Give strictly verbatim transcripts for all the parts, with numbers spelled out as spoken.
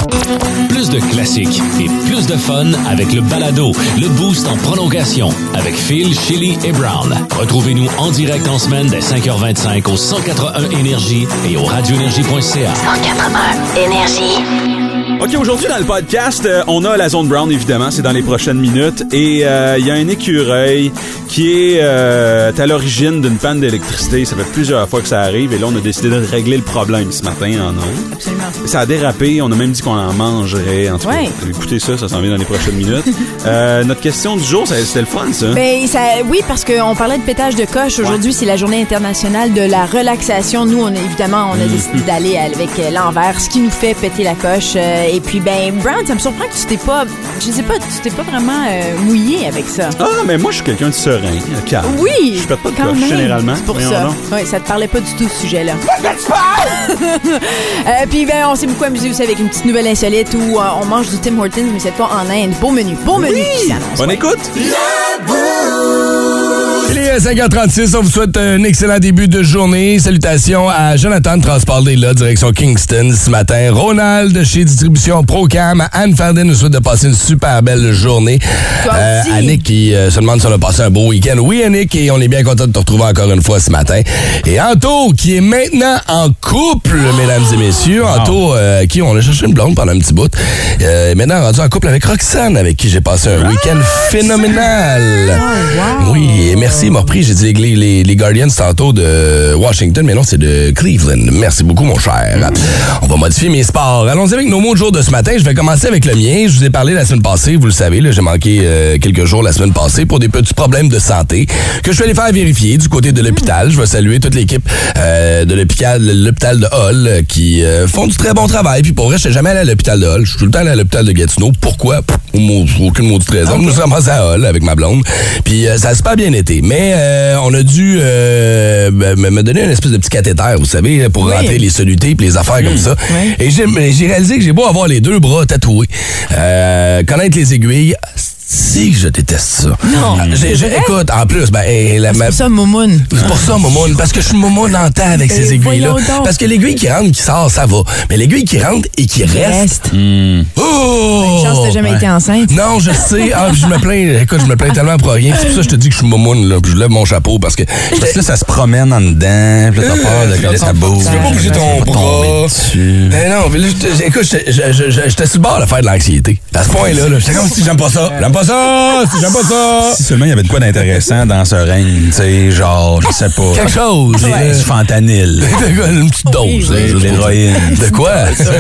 Plus de classiques et plus de fun avec le balado, le Boost en prolongation avec Phil, Chili et Brown. Retrouvez-nous en direct en semaine dès cinq heures vingt-cinq au cent quatre-vingts Énergie et au radio énergie point c a. cent quatre-vingts Énergie. OK, aujourd'hui dans le podcast, euh, on a la zone Brown, évidemment, c'est dans les prochaines minutes. Et il euh, y a un écureuil qui est euh, à l'origine d'une panne d'électricité. Ça fait plusieurs fois que ça arrive. Et là, on a décidé de régler le problème ce matin en ondes. Absolument. Ça a dérapé. On a même dit qu'on en mangerait. En tout ouais. cas, écoutez ça, ça s'en vient dans les prochaines minutes. euh, notre question du jour, ça, c'était le fun, ça? Ben, ça oui, parce qu'on parlait de pétage de coche. Aujourd'hui, ouais. c'est la journée internationale de la relaxation. Nous, on a, évidemment, on a décidé d'aller avec l'envers, ce qui nous fait péter la coche. Euh, et puis, ben, Brown, ça me surprend que tu t'es pas, je sais pas, tu t'es pas vraiment euh, mouillé avec ça. Ah, mais moi, je suis quelqu'un de serein, calme. Oui! Je pète pas de quand coche, même. généralement. C'est pour Voyons ça. donc. Oui, ça te parlait pas du tout, ce sujet-là. euh, puis, ben, on s'est beaucoup amusé aussi avec une petite nouvelle insolite où euh, on mange du Tim Hortons, mais cette fois en Inde. Beau menu, beau menu. Oui! Bonne ouais. écoute! Il est cinq heures trente-six, on vous souhaite un excellent début de journée. Salutations à Jonathan de Transport des là, direction Kingston ce matin. Ronald chez Distribution Procam. Anne Fardin nous souhaite de passer une super belle journée. Euh, Annick qui euh, se demande si on a passé un beau week-end. Oui, Annick, et on est bien content de te retrouver encore une fois ce matin. Et Anto, qui est maintenant en couple, mesdames et messieurs. Wow. Anto, euh, qui on a cherché une blonde pendant un petit bout. Euh, maintenant rendu en couple avec Roxane, avec qui j'ai passé un week-end phénoménal. Oh, wow. Oui, et merci. Il m'a repris, j'ai dit les, les, les Guardians tantôt de Washington, mais non, c'est de Cleveland. Merci beaucoup, mon cher. On va modifier mes sports. Allons-y avec nos mots de jour de ce matin. Je vais commencer avec le mien. Je vous ai parlé la semaine passée, vous le savez, là, j'ai manqué euh, quelques jours la semaine passée pour des petits problèmes de santé que je suis allé faire vérifier du côté de l'hôpital. Je vais saluer toute l'équipe euh, de l'hôpital, l'hôpital de Hull euh, qui euh, font du très bon travail. Puis pour vrai, je suis jamais allé à l'hôpital de Hull. Je suis tout le temps allé à l'hôpital de Gatineau. Pourquoi? Aucune maudite raison. Okay. Je me suis ramassé à Hull avec ma blonde. Puis euh, ça a super bien été. Mais euh, on a dû euh, me donner une espèce de petit cathéter, vous savez, pour oui. rentrer les solutés et les affaires mmh. comme ça. Oui. Et j'ai, j'ai réalisé que j'ai beau avoir les deux bras tatoués, euh, connaître les aiguilles, si je déteste ça. Non. J'ai, j'ai, écoute, en plus, ben, hey, la, c'est pour ça, Moumoune. C'est pour ça, Moumoune, parce que je suis Moumoune en temps avec ces aiguilles-là. Parce que l'aiguille qui rentre, qui sort, ça va. Mais l'aiguille qui rentre et qui reste. reste. Mm. Oh! Une chance, t'as jamais ouais. été enceinte. Non, je sais. Ah, je me plains. Écoute, je me plains tellement pour rien. C'est pour ça que je te dis que je suis Moumoune, là. Puis je lève mon chapeau parce que. Parce que là, ça se promène en dedans. Puis là, t'as peur de que ça bouge. Tu veux pas bouger ton bras. Mais non, puis là, écoute, j'étais sur le bord de faire de l'anxiété. À ce point-là, là, j'étais comme si j'aime pas ça. J'aime pas ça. J'aime pas ça. Si seulement il y avait de quoi d'intéressant dans ce règne, tu sais, genre, je sais pas. Quelque chose. Du ouais. fentanyl. Une petite dose. Oui, oui. De l'héroïne. De quoi?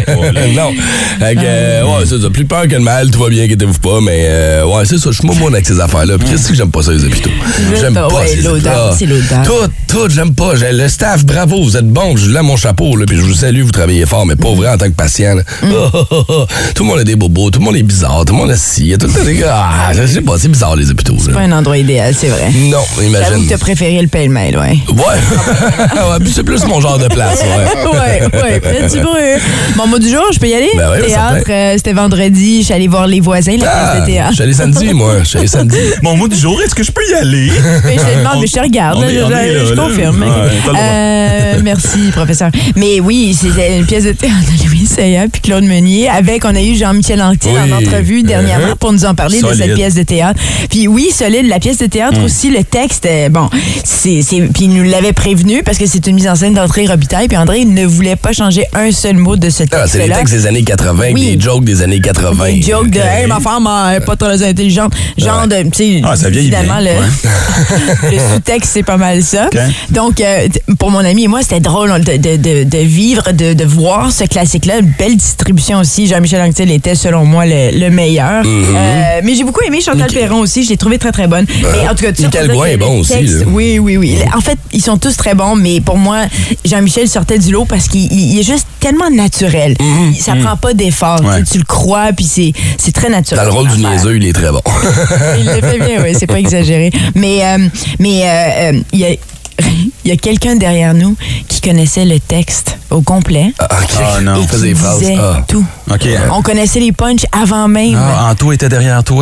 Non. Fait que, euh, ouais, c'est ça. Plus peur que le mal, tout va bien, inquiétez-vous pas, mais, euh, ouais, c'est ça. Je suis moumoune avec ces affaires-là. Puis qu'est-ce que j'aime pas ça, les hôpitaux? J'aime pas ouais, ces l'odeur. C'est l'odeur. Tout, tout, j'aime pas. J'ai, le staff, bravo, vous êtes bons. Je vous lève mon chapeau, là, puis je vous salue, vous travaillez fort, mais pas vrai en tant que patient, là. Mm. Oh, oh, oh. Tout le monde a des bobos, tout le monde est bizarre, tout le monde est si. Il y a tout le temps des gars. Ah, je sais pas, c'est bizarre, les hôpitaux. C'est là. pas un endroit idéal, c'est vrai. Non, imagine. J'avoue que t'as préféré le pêle-mêle, ouais. Ouais. Ouais, puis c'est plus mon genre de place, ouais. Ouais, ouais, petit bruit. Mon mot du jour, je peux y aller? Ben oui, théâtre, euh, c'était vendredi, je suis allée voir les voisins, la ah, pièce de théâtre. Je suis allée samedi, moi. Je suis allée samedi. Mon mot du jour, est-ce que je peux y aller? Mais je te demande, mais je te regarde, là, est, je, là, je confirme. Ouais, euh, merci, professeur. Mais oui, c'est une pièce de théâtre de Louis Seya puis Claude Meunier. Avec, on a eu Jean-Michel Anctil oui. en entrevue dernièrement pour nous en parler solide. De cette pièce de théâtre. Puis oui, solide, la pièce de théâtre mmh. aussi, le texte, euh, bon, c'est, c'est, puis il nous l'avait prévenu parce que c'est une mise en scène d'André Robitaille, puis André ne voulait pas changer un seul mot de ce texte-là. Ah, c'est les textes des années quatre-vingts, oui. des jokes des années quatre-vingts. Des jokes de, hey, ma femme n'est pas très intelligente. Genre ouais. de, tu sais, ah, évidemment, le, ouais. le sous-texte, c'est pas mal ça. Okay. Donc, euh, pour mon ami et moi, c'était drôle de, de, de, de vivre, de, de voir ce classique-là. Une belle distribution aussi. Jean-Michel Anctil était, selon moi, le, le meilleur. Mm-hmm. Euh, mais j'ai beaucoup aimé Chantal okay. Perron aussi. Je l'ai trouvé très, très bonne. Euh, mais en tout cas, tu Michael Gouin est bon aussi. Là. Oui, oui, oui. En fait, ils sont tous très bons, mais pour moi, Jean-Michel sortait du lot parce qu'il il est juste tellement naturel. Mm-hmm. Ça mm-hmm. prend pas d'effort. Ouais. Tu le crois, puis c'est, c'est très naturel. Dans le rôle du niaiseux, il est très bon. Il le fait bien, oui, c'est pas exagéré. Mais euh, mais euh, euh, il y a il y a quelqu'un derrière nous qui connaissait le texte au complet. Ah, OK. Ah, non. Et On qui faisait des phrases. disait Ah. tout. OK. On connaissait les punchs avant même. Ah, Anto était derrière toi.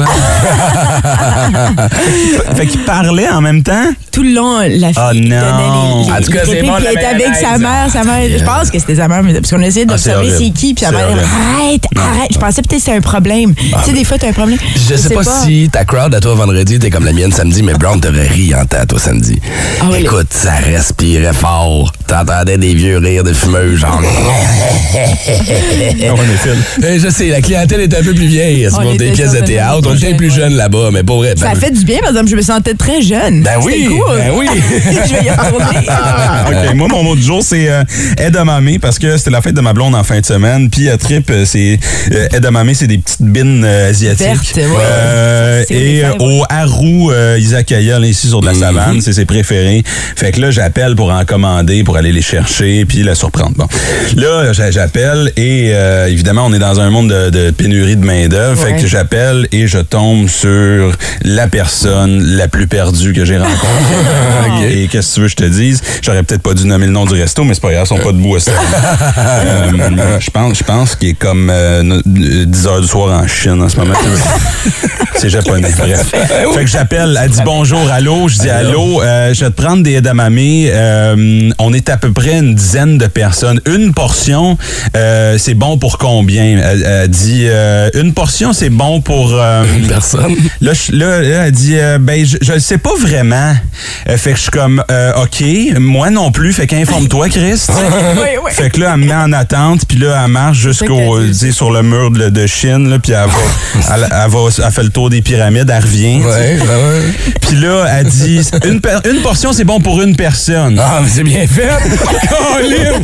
Fait qu'il parlait en même temps? Tout le long, la fille Ah, donnait non. les, les, En tout cas, les c'est répliques, bon, puis la elle était avec mayonnaise. sa mère. Sa mère, je pense que c'était sa mère, mais parce qu'on essayait Ah, c'est d'observer horrible. c'est qui, puis sa C'est mère horrible. arrête, arrête. Je pensais peut-être que c'était un problème. Tu sais, des fois, t'as un problème. Je sais pas, si ta crowd à toi vendredi était comme la mienne samedi, mais Brown t'aurait ri en temps, toi, samedi. Ah oui, Écoute, ça respirait fort. T'entendais des vieux rires de fumeux, genre. Eh, je sais, la clientèle était un peu plus vieille. C'est On pour était des pièces de certainement théâtre. On plus était jeunes, plus ouais. jeunes là-bas, mais pour vrai. Ça a ben- fait du bien, par exemple, je me sentais très jeune. Ben oui, C'était cool. ben oui. Je vais y retourner. Ah, OK. Moi, mon mot du jour, c'est euh, edamame parce que c'était la fête de ma blonde en fin de semaine. Puis à Trip, euh, c'est euh, edamame, c'est des petites bines euh, asiatiques. Vertes, ouais. Euh, C'est et des euh, fèves, au Haru euh, Izakaya, là, ici sur de la savane, c'est ses préférés. Fait que là, j'appelle pour en commander, pour aller les chercher, puis la surprendre. Bon, là, j'a- j'appelle et euh, évidemment, on est dans un monde de, de pénurie de main d'œuvre. Fait Ouais. que j'appelle et je tombe sur la personne la plus perdue que j'ai rencontrée. Et qu'est-ce que tu veux que je te dise? J'aurais peut-être pas dû nommer le nom du resto, mais c'est pas grave, ils sont pas debout à ce euh, Je pense, je pense qu'il est comme euh, no- dix heures du soir en Chine en ce moment. C'est japonais, bref. Fait que j'appelle, elle dit bonjour, allô. Je dis allô, euh, je vais te prendre des edamame. Euh, on est à peu près une dizaine de personnes. Une portion, euh, c'est bon pour combien? Elle, elle dit, euh, une portion, c'est bon pour... euh, Personne. Là, je- là, là, elle dit, euh, ben, je, je le sais pas vraiment. Euh, fait que je suis comme, euh, OK, moi non plus. Fait qu'informe-toi, Chris. Oui, oui. Fait que là, elle me met en attente, puis là, elle marche jusqu'au, C'est tu sais, sur le mur de, de Chine, là, puis elle va, elle, elle va, elle fait le tour des pyramides, elle revient. tu sais. Ouais, ouais, ouais. Puis là, elle dit, une, per- une portion, c'est bon pour une personne. Ah, mais c'est bien fait. Colin!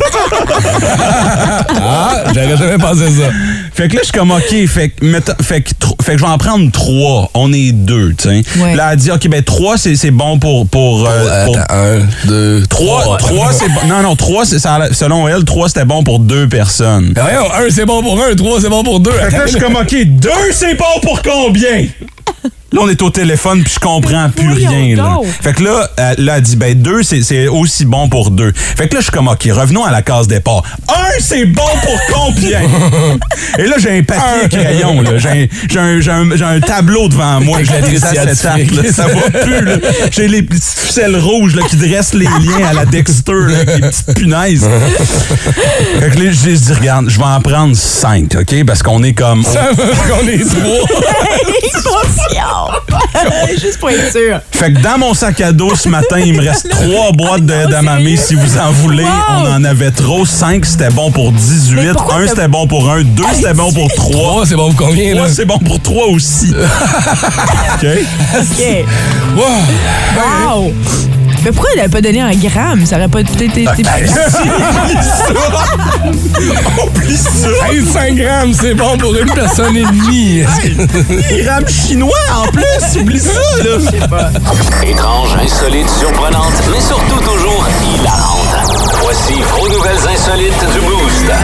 Ah, j'aurais jamais pensé ça. Fait que là, je suis comme, OK, fait que, mettons- fait que, tro- fait que je vais en prendre trois. On est deux, tu sais. Ouais. Là, elle dit, OK, ben, trois, c'est, c'est bon pour, pour, euh, pour- Attends, un, deux, Trois, trois. trois, c'est bon. Non, non, trois, c'est, ça, selon elle, trois, c'était bon pour deux personnes. Ben voyons, un, c'est bon pour un, trois, c'est bon pour deux. Fait que là, je suis comme, OK, deux, c'est bon pour combien? Là, on est au téléphone, puis je comprends plus Voyons rien. Là. donc. Fait que là, euh, là, elle dit, ben, deux, c'est, c'est aussi bon pour deux. Fait que là, je suis comme, OK, revenons à la case départ. Un, c'est bon pour combien? Et là, j'ai un papier crayon, là. J'ai un, j'ai un, j'ai un, j'ai un tableau devant moi. Avec Je la l'ai trice à cette scientifique. table, là. Ça va plus, là. J'ai les petites ficelles rouges, là, qui dressent les liens à la Dexter, là, avec les petites punaises. Fait que là, j'ai dit, regarde, je vais en prendre cinq, OK? Parce qu'on est comme... On est trois. Juste pour être sûr. Fait que dans mon sac à dos ce matin, il me reste trois boîtes de edamame si vous en voulez. Wow! On en avait trop. Cinq, c'était bon pour Mais dix-huit. pourquoi Un, t'as- c'était bon pour un. Deux, c'était bon pour trois. Trois, c'est bon pour combien, là? Trois, c'est bon pour trois aussi. OK? OK. Wow. Wow! Mais pourquoi elle n'avait pas donné en grammes? Ça aurait pas peut-être été... Oublie ça! Hey, cinq grammes, c'est bon pour une personne et demie. Grammes chinois en plus! Oublie ça, là! Étrange, insolite, surprenante, mais surtout toujours hilarante. Voici vos nouvelles insolites du Boost.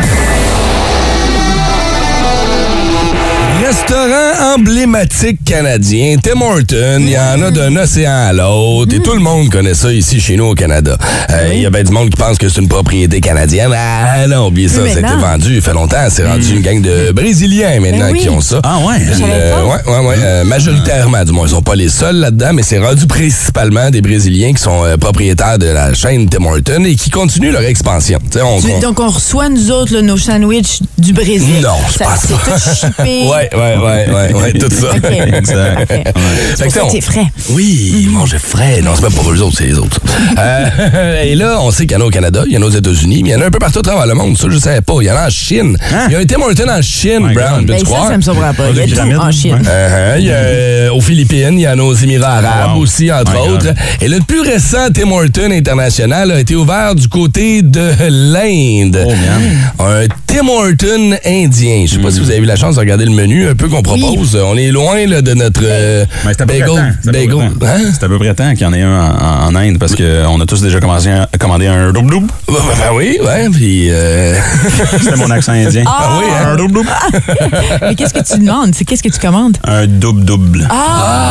Restaurant emblématique canadien, Tim Hortons, il y en a d'un océan à l'autre et tout le monde connaît ça ici chez nous au Canada. Euh, Il y a bien du monde qui pense que c'est une propriété canadienne. Ah non, oubliez ça, Mais ça a été non. vendu il fait longtemps. C'est rendu une gang de Brésiliens maintenant Ben oui. qui ont ça. Ah ouais? Une, savais euh, pas. ouais, ouais, ouais. euh, majoritairement, du moins. Ils sont pas les seuls là-dedans, mais c'est rendu principalement des Brésiliens qui sont euh, propriétaires de la chaîne Tim Hortons et qui continuent leur expansion. Tu sais, on, Tu- on- Donc, on reçoit, nous autres, là, nos sandwichs du Brésil. Non, je Ça- pense c'est pas. tout shippé. Ouais, ouais, ouais, ouais, ouais, tout ça. OK. Exact. Parfait. C'est Fait pour que ça que on- c'est frais. Oui, ils mangent frais. Non, c'est pas pour eux autres, c'est les autres. Euh, et là, on sait qu'il y en a au Canada, il y en a aux États-Unis, mais il y en a un peu partout à travers le monde. Ça, je savais pas. Il y en a en Chine. Hein? Il y a un Tim Hortons en Chine, My Brown. God. Peux-tu Ben, ça, croire? ça me surprend pas. Il y a Des tout pyramides. en Chine. Ouais. Euh, il y a euh, aux Philippines, il y en a aux Émirats arabes Wow. aussi, entre My autres. God. Et le plus récent Tim Hortons international a été ouvert du côté de l'Inde. Oh, man. Un Tim Hortons indien. Je sais pas si vous avez eu la chance de regarder le menu. un peu qu'on propose. Oui. On est loin là, de notre euh, Mais c'est à peu près bagel. temps. bagel. Hein? C'est à peu près temps qu'il y en ait un en, en Inde parce qu'on a tous déjà commencé à commander un double double. Ben, ben oui, ouais, puis... Euh... C'était mon accent indien. Ah, ah oui, hein? Un double double. Mais qu'est-ce que tu demandes? C'est qu'est-ce que tu commandes? Un double double. Ah,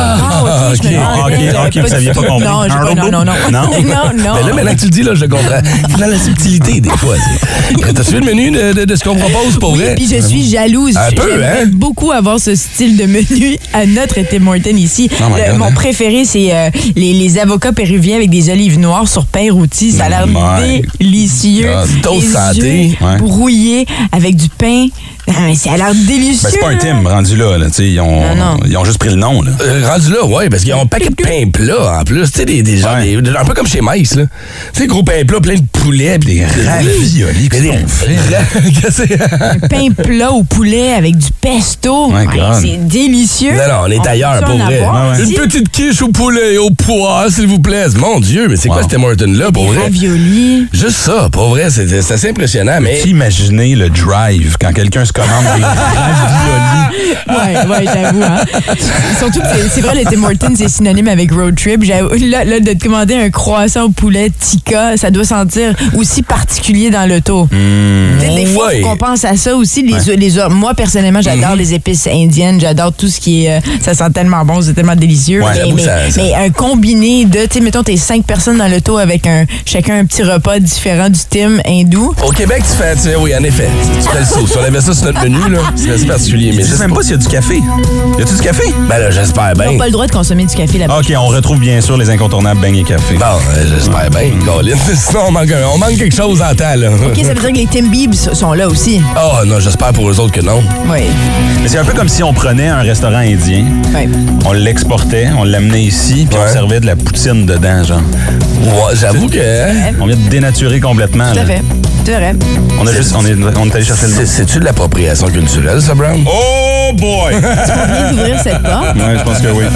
ah, ok, je me Ah, ok, ok, vous saviez pas compris. Non, Un pas, non, non, non. Non? non, non. Mais là, maintenant que tu le dis, là, je le comprends. Dans la subtilité, des fois. T'as suivi le menu de, de, de ce qu'on propose pour oui, vrai? Puis je suis jalouse. Un peu, J'aimerais hein? beaucoup avoir ce style de menu à notre Tim Hortons ici. Oh my Le- God, mon hein? préféré, c'est euh, les, les avocats péruviens avec des olives noires sur pain rôti. Ça a l'air My délicieux. God. Toast Les santé. œufs Ouais. brouillés avec du pain. Ah, mais ça a l'air délicieux. Ben, c'est pas un Tim rendu là. là tu sais, ils, ont, Non, non. ils ont juste pris le nom. Là. Euh, rendu là, ouais, parce qu'ils ont un paquet de pain plat en plus. Tu sais, des, des, genre, Ouais. des- un peu comme chez Maïs, là. Tu sais, gros pain plat, plein de poulet. Pis des raviolis, Mais des- qu'est-ce qu'on fait? Qu'est-ce que c'est? Un pain plat au poulet avec du pesto. My Ouais, God. c'est délicieux. Non, non, on est ailleurs, peut-tu pour en vrai. avoir Ouais, ouais. aussi? Une petite quiche au poulet et au pois, s'il vous plaît. Mon Dieu, mais c'est quoi Wow. ce Tim Hortons-là, pour Des vrai? raviolis. Juste ça, pour vrai, c'est c'est assez impressionnant, mais... Peux-tu imaginer le drive quand quelqu'un se commande des raviolis? Ouais, ouais, j'avoue. Hein. Surtout que c'est- c'est vrai, le Tim Hortons, c'est synonyme avec road trip. J'avoue, Là, là, de te commander un croissant au poulet tikka, ça doit sentir aussi particulier dans l'auto. Tu sais, Des fois, ouais. faut qu'on pense à ça aussi. Les, les, moi, personnellement, j'adore les épices indiennes. J'adore tout ce qui est... euh, ça sent tellement bon, c'est tellement délicieux. Ouais, mais, j'avoue, mais, ça- ça- mais un combiné de... Tu sais, mettons, t'es cinq personnes dans l'auto avec un chacun un petit repas différent du Tim hindou. Au Québec, tu fais, tu sais, oui, en effet, tu fais le saut. Si on avait ça sur notre menu, là, c'est assez particulier. Mais Je je sais sais même pas s'il y a du café. Y a-tu du café? Ben là, j'espère Ils bien. n'ont pas le droit de consommer du café là-bas. OK, on retrouve bien sûr les incontournables beignes et café. Bon, euh, j'espère bien, Colin. Sinon, on manque, un- on manque quelque chose en temps, là. OK, ça veut dire que les Tim Biebs sont là aussi. Oh non, j'espère pour eux autres que non. Oui. Mais c'est un peu comme si on prenait un restaurant indien, Ouais. on l'exportait, on l'amenait ici, puis Ouais. on servait de la poutine dedans, genre. Ouais, j'avoue que... hein, On vient de dénaturer complètement. Tout à là. fait. C'est vrai. On a juste, on est, on est allé chercher le nom. c'est- C'est-tu de l'appropriation culturelle, ça, Brown? Oh boy! On vient d'ouvrir cette porte. Ouais, je pense que oui.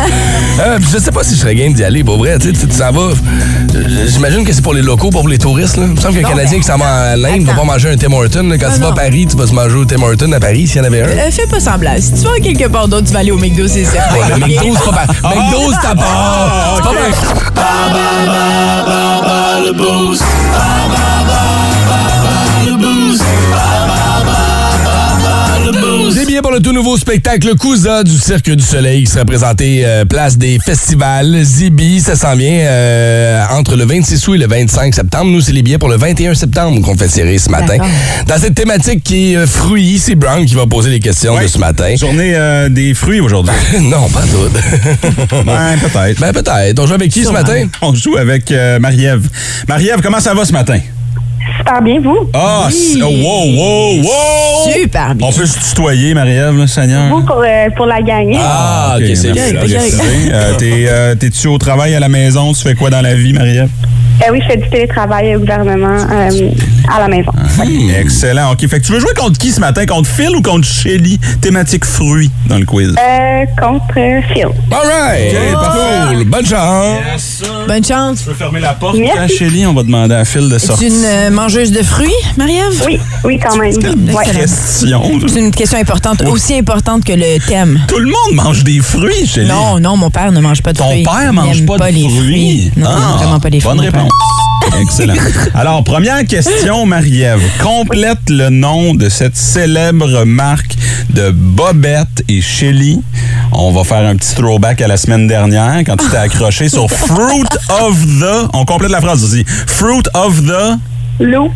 Euh, puis je sais pas si je serais game d'y aller, pour vrai. Tu sais, tu tu s'en vas. euh, J'imagine que c'est pour les locaux, pas pour les touristes. Là. Il me semble qu'un Non, Canadien mais- qui s'en va à l'Inde ne va Attends. pas manger un Tim Hortons. là. Quand Non, tu vas à non. Paris, tu vas se manger au Tim Hortons à Paris, s'il y en avait un. Euh, fais pas semblant. Si tu vas quelque part d'autre, tu vas aller au McDo, c'est certain. Ouais, le McDo, c'est pas pareil. McDo, c'est à part. C'est pas pareil. Des billets pour le tout nouveau spectacle Cousa du Cirque du Soleil qui sera présenté euh, place des festivals. Zibi, ça s'en vient euh, entre le vingt-six août et le vingt-cinq septembre. Nous, c'est les billets pour le vingt et un septembre qu'on fait tirer ce matin. D'accord. Dans cette thématique qui est euh, fruits, c'est Brown qui va poser les questions de ce matin. Journée euh, des fruits aujourd'hui. non, pas tout. Ben, peut-être. ben peut-être. On joue avec qui ce Sûrement. matin? On joue avec euh, Marie-Ève. Marie-Ève, comment ça va ce matin? Super bien, vous? Ah, Oui. c'est- oh, wow, wow, wow! Super bien. On peut se tutoyer, Marie-Ève, là, Seigneur? Vous pour, euh, pour la gang. Ah, ok, c'est merci. bien. ok. Euh, t'es, euh, T'es-tu au travail à la maison? Tu fais quoi dans la vie, Marie-Ève? Euh, oui, je fais du télétravail au gouvernement euh, à la maison. Excellent. OK. Fait que tu veux jouer contre qui ce matin? Contre Phil ou contre Shelly? Thématique fruits dans le quiz. Euh, contre euh, Phil. All right. Ok, parfait. Cool. Bonne chance. Bonne chance. Tu veux fermer la porte Merci. à Shelly? On va demander à Phil de Es-tu sortir. une euh, mangeuse de fruits, Marie-Ève? Oui, oui, quand même. Ouais. Question. C'est une question importante, Oui. aussi importante que le thème. Tout le monde mange des fruits, Shelly. Non, non, mon père ne mange pas de Ton fruits. père Il mange n'aime pas, de les fruits. Non, il n'aime vraiment pas les fruits. Bonne mon père. réponse. Excellent. Alors, première question, Marie-Ève. Complète le nom de cette célèbre marque de Bobette et Shelly. On va faire un petit throwback à la semaine dernière quand tu t'es accroché sur Fruit of the... On complète la phrase aussi. Fruit of the... Loop.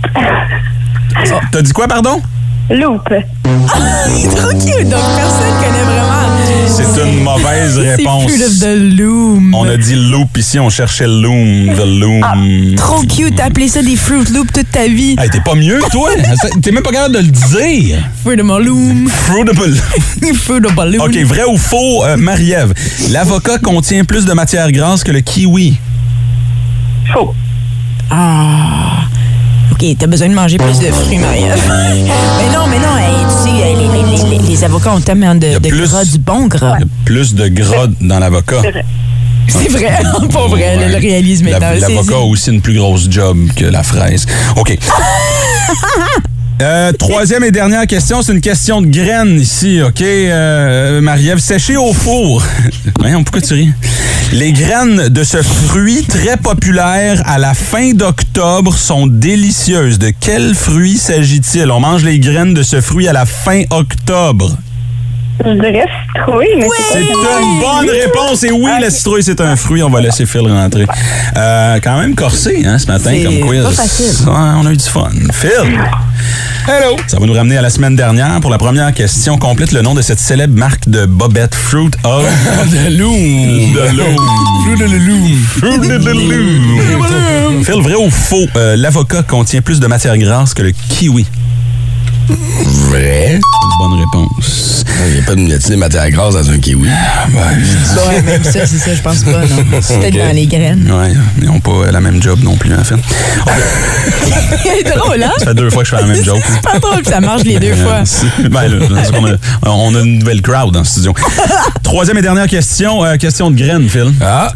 T'as dit quoi, pardon? Loop. C'est trop cute, donc personne connaît vraiment. C'est une mauvaise réponse. C'est Fruit of the Loom. On a dit loop ici, on cherchait loom, the loom. Trop cute, t'as appelé ça des Fruit Loops toute ta vie. Hey, t'es pas mieux, toi? T'es même pas capable de le dire. Fruit of the Loom. Fruitable. Fruit of the Loom. OK, vrai ou faux, euh, Marie-Ève? L'avocat contient plus de matière grasse que le kiwi. Faux. Ah. OK, t'as besoin de manger plus de fruits, Marie-Ève. mais non, mais non, hey, tu sais, les, les, les, les avocats ont tellement de, y a de plus- gras, du bon gras. Il y a plus de gras dans l'avocat. C'est vrai. C'est vrai, pas vrai, Ouais. le réalisme La- étant L'avocat a aussi une plus grosse job que la fraise. OK. Euh, troisième et dernière question, c'est une question de graines ici, OK? Euh, Marie-Ève, séchées au four. Voyons, pourquoi tu ris? Les graines de ce fruit très populaire à la fin d'octobre sont délicieuses. De quel fruit s'agit-il? On mange les graines de ce fruit à la fin octobre. Je dirais citrouille, mais oui! C'est une bonne réponse. Et oui, la citrouille, c'est un fruit. On va laisser Phil rentrer. Euh, quand même corsé, hein, ce matin, c'est comme quiz. pas facile. Ouais, on a eu du fun. Phil. Hello. Ça va nous ramener à la semaine dernière. Pour la première question, complète le nom de cette célèbre marque de bobettes Fruit of the Loom. The Loom. Fruit of the Loom. Fruit of the Loom. Phil, vrai ou faux, euh, l'avocat contient plus de matière grasse que le kiwi? Vrai? Bonne réponse. Il n'y a pas de, de matière grasse dans un kiwi. Ouais, même ça, c'est ça, je pense pas, non. C'est peut-être Okay. dans les graines. Ouais, ils n'ont pas la même job non plus, en fait. C'est drôle, hein? Ça fait deux fois que je fais la même joke. C'est pas drôle que ça marche les deux fois. Ben là, c'est qu'on a, on a une nouvelle crowd dans le studio. Troisième et dernière question, euh, question de graines, Phil. Ah!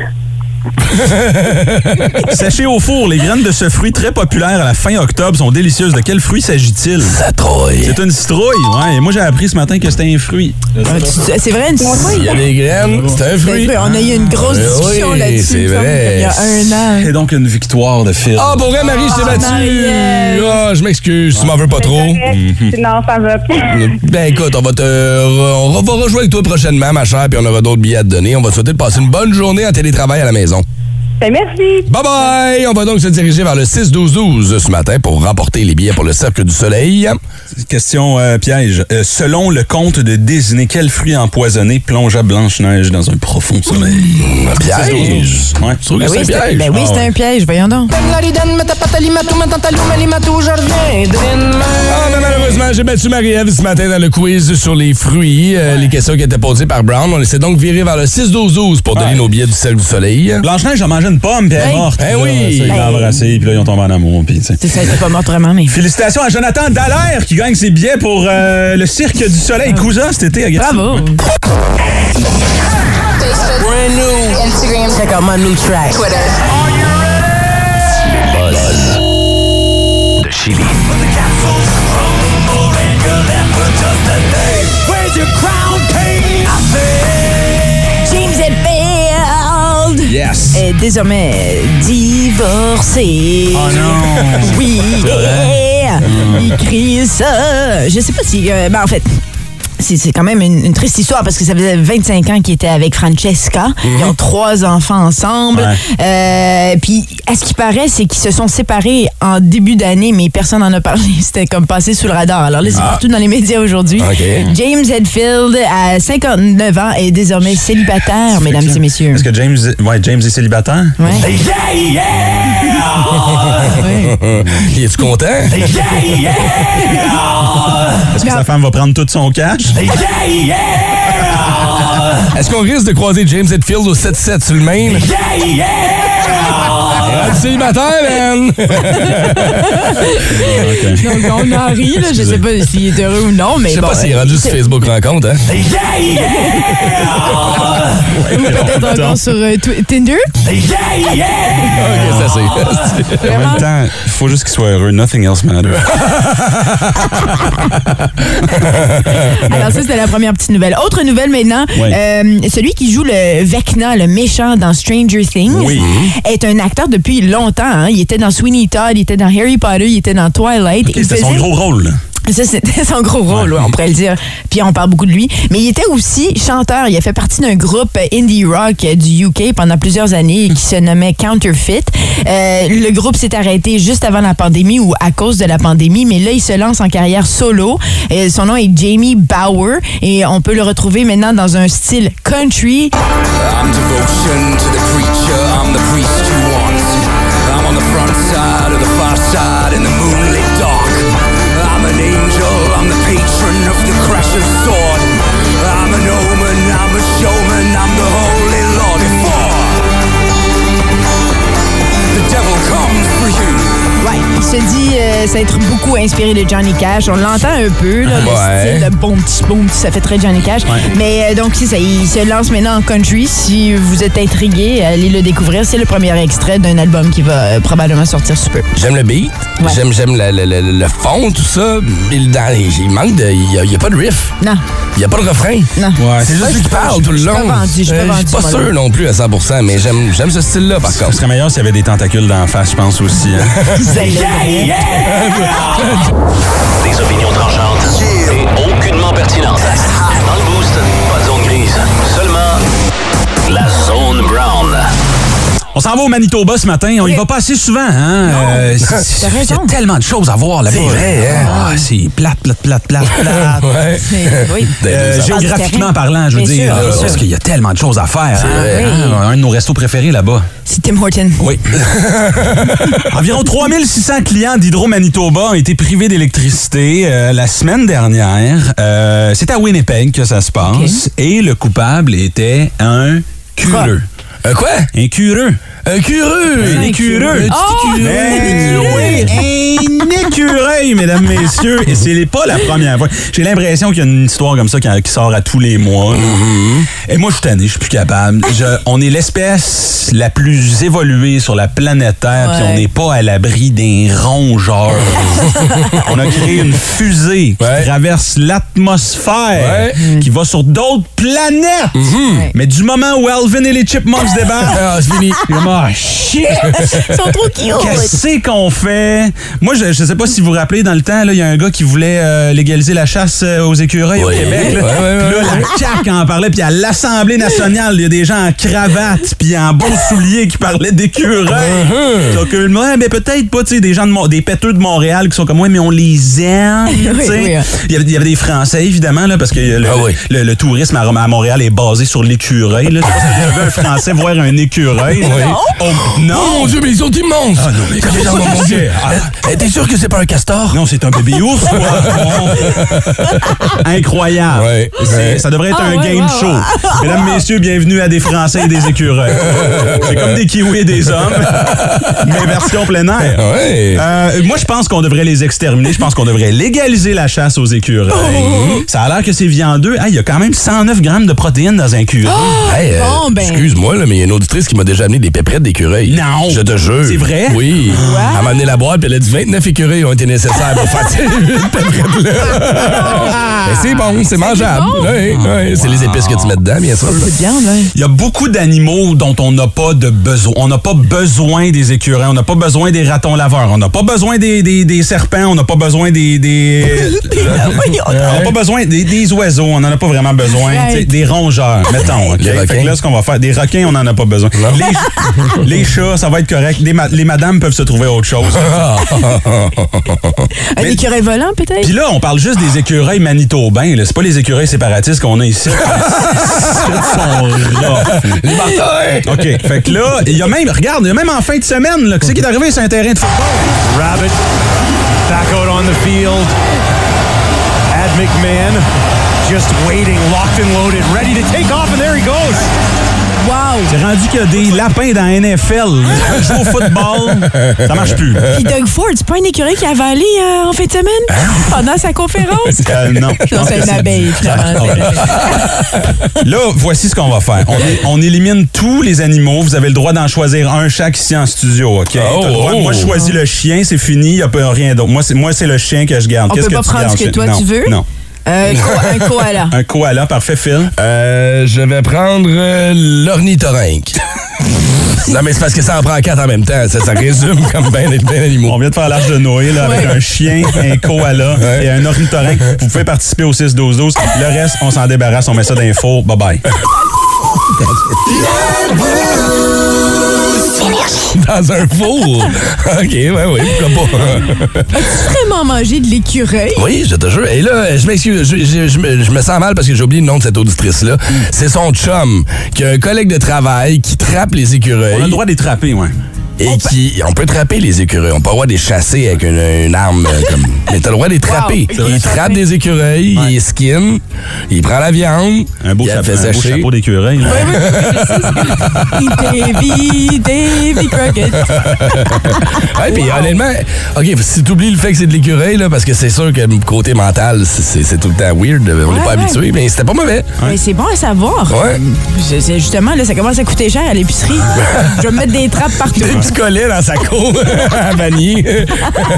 Séchées au four, les graines de ce fruit très populaire à la fin octobre sont délicieuses. De quel fruit s'agit-il? Citrouille. C'est une citrouille, ouais. Et moi, j'ai appris ce matin que c'était un fruit. Ah, tu- C'est vrai, une citrouille? Il y a des graines, c'est un fruit. On a eu une grosse Ah, discussion oui, là-dessus. c'est il me semble, vrai. Il y a un an. C'est donc une victoire de Phil. Ah, pour vrai, Marie, je t'ai battu. Marie-Ève. Ah, je m'excuse, tu m'en veux pas trop. Non, ça va pas. Ben écoute, on va te on va rejouer avec toi prochainement, ma chère, puis on aura d'autres billets à te donner. On va te souhaiter de passer une bonne journée en télétravail à la maison. Ben, merci. Bye bye! On va donc se diriger vers le six douze douze ce matin pour remporter les billets pour le Cercle du Soleil. Question euh, piège. Euh, selon le conte de Disney, quel fruit empoisonné plongea Blanche-Neige dans un profond sommeil? Un piège! Ouais. Je trouve que Ben c'est oui, un c'est piège. ben oui, Ah c'est ouais. un piège, voyons donc. Ah, ben malheureusement, j'ai battu Marie-Ève ce matin dans le quiz sur les fruits. Euh, les questions qui étaient posées par Brown. On essaie donc de virer vers le six douze douze pour donner Ouais. nos billets du Cercle du Soleil. Blanche-Neige a mangé une pomme, puis elle est Hey. morte. Eh Là, oui. ça, ils l'ont Hey. embrassé, puis là, ils ont tombé en amour. Puis, tu sais. C'est ça, elle était pas morte vraiment, mais. Félicitations à Jonathan Dallaire qui gagne ses billets pour euh, le Cirque du Soleil Cousin cet été à Gatineau. Bravo! Brand new. Instagram. Check out my new track. Twitter. Buzz de Chili. James Hetfield Yes. est désormais divorcé. Oh non. Oui, il crie ça. Je sais pas si... euh, ben en fait... C'est c'est quand même une, une triste histoire parce que ça faisait vingt-cinq ans qu'il était avec Francesca. Ils ont trois enfants ensemble. Ouais. Euh, Puis, à ce qui paraît, c'est qu'ils se sont séparés en début d'année, mais personne n'en a parlé. C'était comme passé sous le radar. Alors là, c'est partout dans les médias aujourd'hui. OK. James Hetfield, à cinquante-neuf ans, est désormais célibataire, mesdames et messieurs. Est-ce que James, ouais, James est célibataire? Ouais. Il est-tu content? Est-ce que sa femme va prendre tout son cash? Est-ce qu'on risque de croiser James Hetfield au sept sept sur le Main? Ah, célibataire, man! Okay. Donc, on en rit, là. Je sais pas s'il est heureux ou non, mais Je sais bon, pas s'il est euh, rendu sur Facebook Rencontre, hein? ou peut-être encore sur euh, Twi- Tinder. Ok, ça c'est. En même temps, il faut juste qu'il soit heureux. Nothing else matters. Alors ça, c'était la première petite nouvelle. Autre nouvelle maintenant, Oui. euh, celui qui joue le Vecna, le méchant dans Stranger Things, Oui. est un acteur depuis longtemps. Hein. Il était dans Sweeney Todd, il était dans Harry Potter, il était dans Twilight. Ok, Il c'était son faisait- gros rôle. là. Ça, c'était son gros rôle, ouais, on pourrait le dire. Puis on parle beaucoup de lui. Mais il était aussi chanteur. Il a fait partie d'un groupe indie rock du U K pendant plusieurs années qui se nommait Counterfeit. Euh, le groupe s'est arrêté juste avant la pandémie ou à cause de la pandémie, mais là, il se lance en carrière solo. Euh, son nom est Jamie Bauer et on peut le retrouver maintenant dans un style country. I'm devotion to the preacher, I'm the priest you want. I'm on the front side of the far side in the moonlit dark. I'm an angel, I'm the patron of the crasher's sword. I'm an omen, I'm a showman, I'm the holy Lord. Before the devil comes for you. Ouais, il se dit euh, s'être beaucoup inspiré de Johnny Cash. On l'entend un peu, là, Ouais. le style, le bon petit boom, ça fait très Johnny Cash. Ouais. Mais euh, donc, c'est ça, il se lance maintenant en country. Si vous êtes intrigué, allez le découvrir. C'est le premier extrait d'un album qui va euh, probablement sortir sous peu. J'aime le beat, Ouais. j'aime, j'aime le, le, le, le fond, tout ça. Mais dans- il manque de. Il n'y a, a pas de riff. Non, Il n'y a pas de refrain. non. Ouais, C'est juste lui qui parle tout le je suis long. pas vendu, je suis pas Euh, vendu, Je suis pas moi, sûr là. non plus à cent pour cent, mais j'aime, j'aime ce style-là, par Ce contre. serait meilleur s'il y avait des tentacules d'en face, je pense aussi. Hein. Des opinions tranchantes et aucunement pertinentes. Dans le Boost, pas de zone grise, seulement la zone brown. On s'en va au Manitoba ce matin. On y va pas assez souvent. Hein? Euh, c'est- c'est- t'as Il y a raison. tellement de choses à voir là-bas. C'est vrai, hein? Ah, c'est plate, plate, plate, plate, plate. Ouais. Mais, oui. Euh, Ça géographiquement parle du parlant, je veux Bien dire, sûr, euh, bien parce sûr. qu'il y a tellement de choses à faire. hein. vrai. Hein, Un de nos restos préférés là-bas. C'est Tim Horton. Oui. Environ trois mille six cents clients d'Hydro-Manitoba ont été privés d'électricité euh, la semaine dernière. Euh, c'est à Winnipeg que ça se passe. Et le coupable était un cureux. Un quoi? Un cureux. Un cureux! Un écureux. Un petit Oh! Ben oui, un écureuil, mesdames, messieurs. Et c'est pas la première fois. J'ai l'impression qu'il y a une histoire comme ça qui, qui sort à tous les mois. Et moi, je suis tanné, je suis plus capable. Je- on est l'espèce la plus évoluée sur la planète Terre, puis Ouais. on n'est pas à l'abri des rongeurs. On a créé une fusée Ouais. qui traverse l'atmosphère, Ouais. qui va sur d'autres planètes. Ouais. Mais du moment où Alvin et les Chipmunks débarquent, Ah, c'est fini. ah, shit! Ils sont trop cute. Qu'est-ce qu'on fait? Moi, je, je sais pas si vous vous rappelez, dans le temps, là, il y a un gars qui voulait euh, légaliser la chasse euh, aux écureuils au Oui. Québec. Là. Ouais, ouais, Puis là, ouais. la C A Q en parlait, puis à l'Assemblée nationale, il y a des gens en cravate puis en beaux souliers qui parlaient d'écureuils. Uh-huh. Donc, euh, ouais, mais peut-être pas, tu sais, des gens de Mon- des péteux de Montréal qui sont comme, ouais, mais on les aime, tu Oui, sais. oui. Il y avait- il y avait des Français, évidemment, là, parce que le, Ah oui. le, le tourisme à, à Montréal est basé sur l'écureuil. Là. Je sais pas si vous avez un Français voir un écureuil. Oui. Oh, non! Oh mon Dieu, mais ils sont immenses! Ah non, mais Ça fait qu'est-ce dans mon que Dieu. c'est? Ah. Eh, eh, T'es sûr que c'est pas un castor? Non, c'est un bébé ours, quoi. Bon. Incroyable. Ouais, C'est- ouais. Ça devrait être Ah, un ouais, game ouais, show. ouais. Mesdames, messieurs, bienvenue à des Français et des écureuils. C'est comme des kiwis et des hommes, mais version plein air. Ouais. Euh, moi, je pense qu'on devrait les exterminer. Je pense qu'on devrait légaliser la chasse aux écureuils. Ça a l'air que c'est viandeux. Ah, il y a quand même cent neuf grammes de protéines dans un écureuil. Hey, euh, bon, ben. excuse-moi, là, mais il y a une auditrice qui m'a déjà amené des péprettes d'écureuil. Non. Je te jure. C'est vrai? Oui. Elle m'a amené la boîte, puis elle a dit vingt-neuf écureuils ont été nécessaires pour faire ces huit péprettes-là. Mais c'est bon, c'est mangeable. bon? Oui, oui. C'est les épices que tu mets dedans, bien sûr. C'est bien, là. Il y a beaucoup d'animaux dont on n'a pas de besoin. On n'a pas besoin des écureuils, on n'a pas besoin des ratons laveurs, on n'a pas besoin des, des, des serpents, on n'a pas besoin des... des on n'a pas besoin des, des oiseaux, on n'en a pas vraiment besoin. Right. Tu sais, des rongeurs, mettons. OK? Les Fait requins. que là, ce qu'on va faire, des requins, on n'en a pas besoin. Les, les chats, ça va être correct. Les, ma- les madames peuvent se trouver autre chose. Un Mais- écureuil volant, peut-être? Puis là, on parle juste des écureuils manitobains. là. C'est pas les écureuils séparatistes qu'on a ici. Ils sont rough. Les Martins! OK. Fait que là, il y a même, regarde, il y a même en fin de semaine, là, qu'est-ce qui est arrivé sur un terrain de football? Rabbit back out on the field. Ad McMahon just waiting, locked and loaded, ready to take off, and there he goes. Wow! C'est rendu qu'il y a des lapins dans la N F L. Jouer au football, ça marche plus. Puis Doug Ford, c'est pas un écureuil qui a avalé euh, en fin de semaine? Pendant sa conférence? Euh, non. je Non, pense c'est que une c'est- abeille, finalement. c'est une abeille. Là, voici ce qu'on va faire. On, é- on élimine tous les animaux. Vous avez le droit d'en choisir un chaque ici en studio, OK? Oh, T'as le droit- oh. Moi, je choisis le chien, c'est fini, il n'y a pas rien d'autre. Moi, c'est moi, c'est le chien que je garde. On Qu'est-ce peut que pas tu prendre gardes, ce que chien? toi, Non, tu veux? Non. Euh, co- un koala. Un koala, parfait, Phil. Euh, je vais prendre euh, l'ornithorynque. Non, mais c'est parce que ça en prend quatre en même temps. Ça, ça résume comme ben ben On d'animaux. vient de faire l'Arche de Noé là, avec Ouais. un chien, un koala Ouais. et un ornithorynque. Vous pouvez participer au six douze douze. Le reste, on s'en débarrasse, on met ça dans les fours. Bye-bye. Dans un four. OK, ouais, oui, pourquoi pas. As-tu vraiment mangé de l'écureuil? Oui, je te jure. Et là, je m'excuse, je, je- je me, je me sens mal parce que j'ai oublié le nom de cette auditrice-là. C'est son chum, qui a un collègue de travail qui trappe les On a le écureuils. droit de les trapper, ouais. et on qui... Peut... On peut trapper les écureuils. On peut avoir des chassés avec une, une arme euh, comme... Mais t'as le droit de les trapper. Wow, il trappe des écureuils, ouais. il skin, il prend la viande, un beau, il chapeau, fait un beau chapeau d'écureuil. Oui, oui, Davy, Davy Crockett. Ouais, puis wow. honnêtement, OK, si t'oublies le fait que c'est de l'écureuil, là, parce que c'est sûr que côté mental, c'est, c'est tout le temps weird, on n'est ouais, pas ouais. habitué, mais c'était pas mauvais. Mais ouais. c'est bon à savoir. Ouais. C'est, c'est justement, là, ça commence à coûter cher à l'épicerie. Je vais me mettre des trappes partout. Des petits collets dans sa cour à vanille.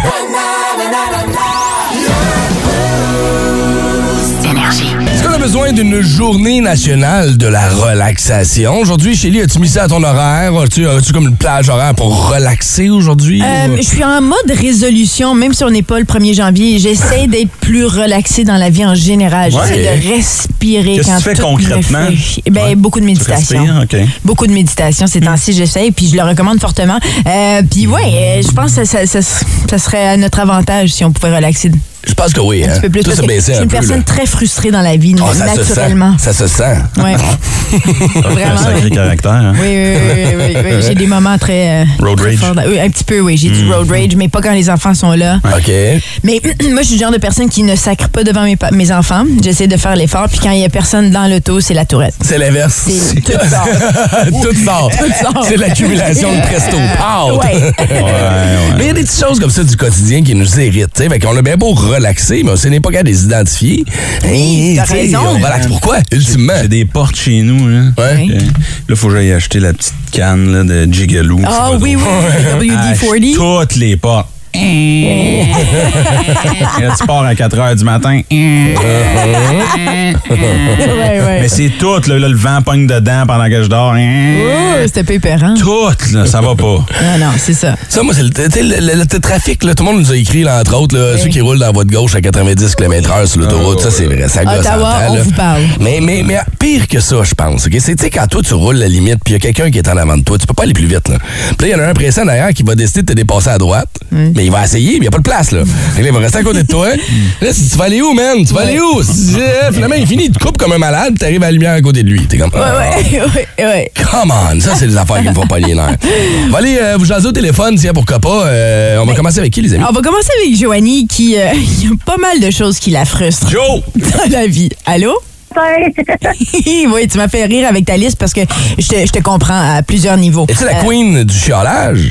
Est-ce qu'on a besoin d'une journée nationale de la relaxation? Aujourd'hui, Chélie, as-tu mis ça à ton horaire? As-tu, as-tu comme une plage horaire pour relaxer aujourd'hui? Euh, je suis en mode résolution, même si on n'est pas le premier janvier. J'essaie d'être plus relaxée dans la vie en général. J'essaie ouais. de respirer. Qu'est-ce quand que tu fais tout concrètement? Fait... Ben, ouais. Beaucoup de méditation. Okay. Beaucoup de méditation. Ces temps-ci, j'essaie, puis je le recommande fortement. Euh, puis ouais, je pense que ça, ça, ça, ça serait à notre avantage si on pouvait relaxer. Je pense que oui. Un hein. petit peu plus. Tout se baisser je suis une peu, personne là. très frustrée dans la vie, oh, naturellement. Ça se sent. Ça se sent. Oui. Vraiment. Un sacré caractère. Hein? Oui, oui, oui, oui, oui, oui. J'ai des moments très. Euh, road très rage. Forts. Oui, un petit peu, oui. J'ai mm. du road rage, mais pas quand les enfants sont là. OK. Mais moi, je suis le genre de personne qui ne sacre pas devant mes, pa- mes enfants. J'essaie de faire l'effort, puis quand il n'y a personne dans l'auto, c'est la tourette. C'est l'inverse. C'est tout sort. Tout sort. Tout sort. C'est l'accumulation de presto. Pow! Ouais. ouais, ouais. Mais il y a des petites choses comme ça du quotidien qui nous irritent. T'sais. Fait qu'on a bien beau relaxer, mais on n'est pas capable de les identifier. Oui, t'as raison. On relaxe. Pourquoi? Ultimement. J'ai des portes chez nous. Là, ouais. là il faut que j'aille acheter la petite canne là, de Jigaloo. Ah oh, oui, oui. W D quarante. Toutes les portes. Et là, tu pars à quatre heures du matin. ouais, ouais. Mais c'est tout, là, là, le vent pogne dedans pendant que je dors. Oh, c'était pas épeurant. Tout, là, ça va pas. Non, non, c'est ça. Ça, moi, c'est le, le, le, le, le trafic, là, tout le monde nous a écrit, là, entre autres, là, oui. ceux qui roulent dans la voie de gauche à quatre-vingt-dix kilomètres heure sur l'autoroute, oh, ça, c'est vrai, ça gosse Ottawa, en temps, on là. vous parle. Mais, mais, mais pire que ça, je pense. Okay? C'est, tu sais, quand toi, tu roules la limite, puis il y a quelqu'un qui est en avant de toi, tu peux pas aller plus vite, là. Puis là, il y en a un pressant derrière qui va décider de te dépasser à droite, mm. mais il va essayer, mais il n'y a pas de place, là. Là, il va rester à côté de toi. Là, tu vas aller où, man? Tu vas aller où? Finalement, il finit, il te coupe comme un malade, puis t'arrives à la lumière à côté de lui. T'es comme, oh. Ouais, ouais, ouais. Come on, ça, c'est des affaires qui me font pas les nerfs. On va aller euh, vous jaser au téléphone, tiens, pourquoi pas. Euh, on va ben, commencer avec qui, les amis? On va commencer avec Joanie, qui euh, il y a pas mal de choses qui la frustrent. Joe! Dans la vie. Allô? Oui, tu m'as fait rire avec ta liste parce que je te, je te comprends à plusieurs niveaux. Es-tu la euh, queen du chiolage?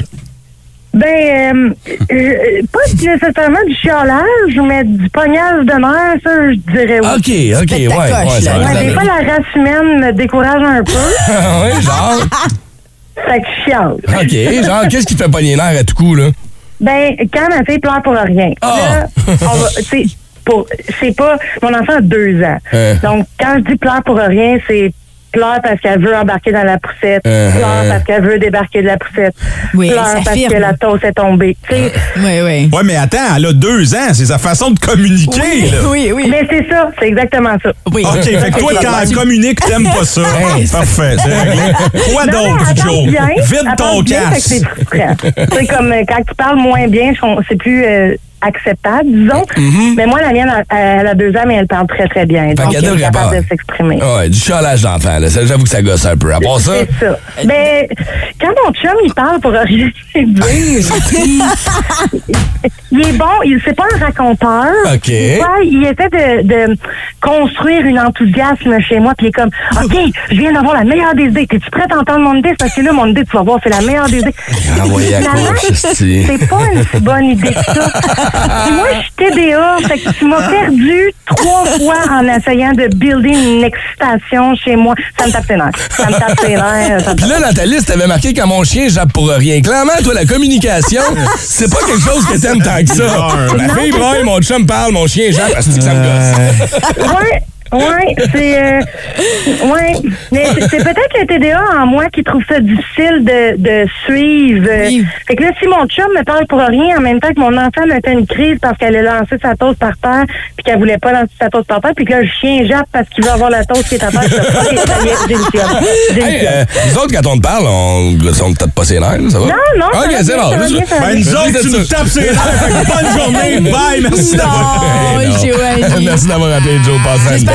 Ben, euh, pas nécessairement du chiolage, mais du pognage de nerfs, ça, je dirais oui. OK, OK, ouais. ouais, ça ouais des fois, la race humaine me décourage un peu. Oui, genre? Fait que je chiale. OK, genre, qu'est-ce qui te fait pogner les nerfs à tout coup, là? Ben, quand ma fille pleure pour rien. Oh. Là, on va, tu sais, pour, c'est pas, mon enfant a deux ans. Euh. Donc, quand je dis pleure pour rien, c'est pleure parce qu'elle veut embarquer dans la poussette. Uh-huh. Pleure parce qu'elle veut débarquer de la poussette. Oui, pleure parce firme. que la toast est tombée. Oui, oui. Oui, mais attends, elle a deux ans. C'est sa façon de communiquer. Oui, là. oui, oui. Mais c'est ça. C'est exactement ça. Oui. OK, fait que toi, quand elle communique, t'aimes pas ça. Hey, parfait, c'est réglé. Quoi d'autre, Joe? Bien, vide ton casse. C'est frustrant. C'est comme euh, quand tu parles moins bien, c'est plus... Euh, acceptable, disons. Mm-hmm. Mais moi, la mienne, elle, elle a deux ans, mais elle parle très, très bien. Donc, elle est capable de s'exprimer. Ouais, du chiolage d'enfant, là. J'avoue que ça gosse un peu. À part ça... C'est ça. Mais quand mon chum, il parle pour rien dire, il, il est bon, il c'est pas un raconteur. OK. Ouais, il essaie de, de construire une enthousiasme chez moi, puis il est comme, OK, je viens d'avoir la meilleure des idées. T'es-tu prête à entendre mon idée? Parce que là, mon idée, tu vas voir, c'est la meilleure des idées. Envoyé à gauche, c'est pas une si bonne idée que ça. Puis moi, je suis T D A, fait que tu m'as perdu trois fois en essayant de builder une excitation chez moi. Ça me tape ses nerfs. Ça me tape ses nerfs. Puis là, dans ta liste, t'avais marqué quand mon chien jappe pour rien. Clairement, toi, la communication, c'est pas quelque chose que t'aimes tant que ça. Ma fille braille, mon chum parle, mon chien jappe, parce que ça me gosse. Ouais. Oui, c'est... Euh, ouais, mais c'est, c'est peut-être le T D A en moi qui trouve ça difficile de, de suivre. Oui. Fait que là, si mon chum me parle pour rien, en même temps que mon enfant me fait une crise parce qu'elle a lancé sa toast par terre puis qu'elle voulait pas lancer sa toast par terre, puis que là, le chien jappe parce qu'il veut avoir la toast qui est à terre, je te hey, euh, nous autres, quand on te parle, on ne tape pas ses nerfs, ça va? Non, non, OK, ça c'est bon. Ben, nous autres, tu nous tapes ses nerfs. Bonne journée, bye, merci d'avoir... Merci d'avoir appelé Joe, passe.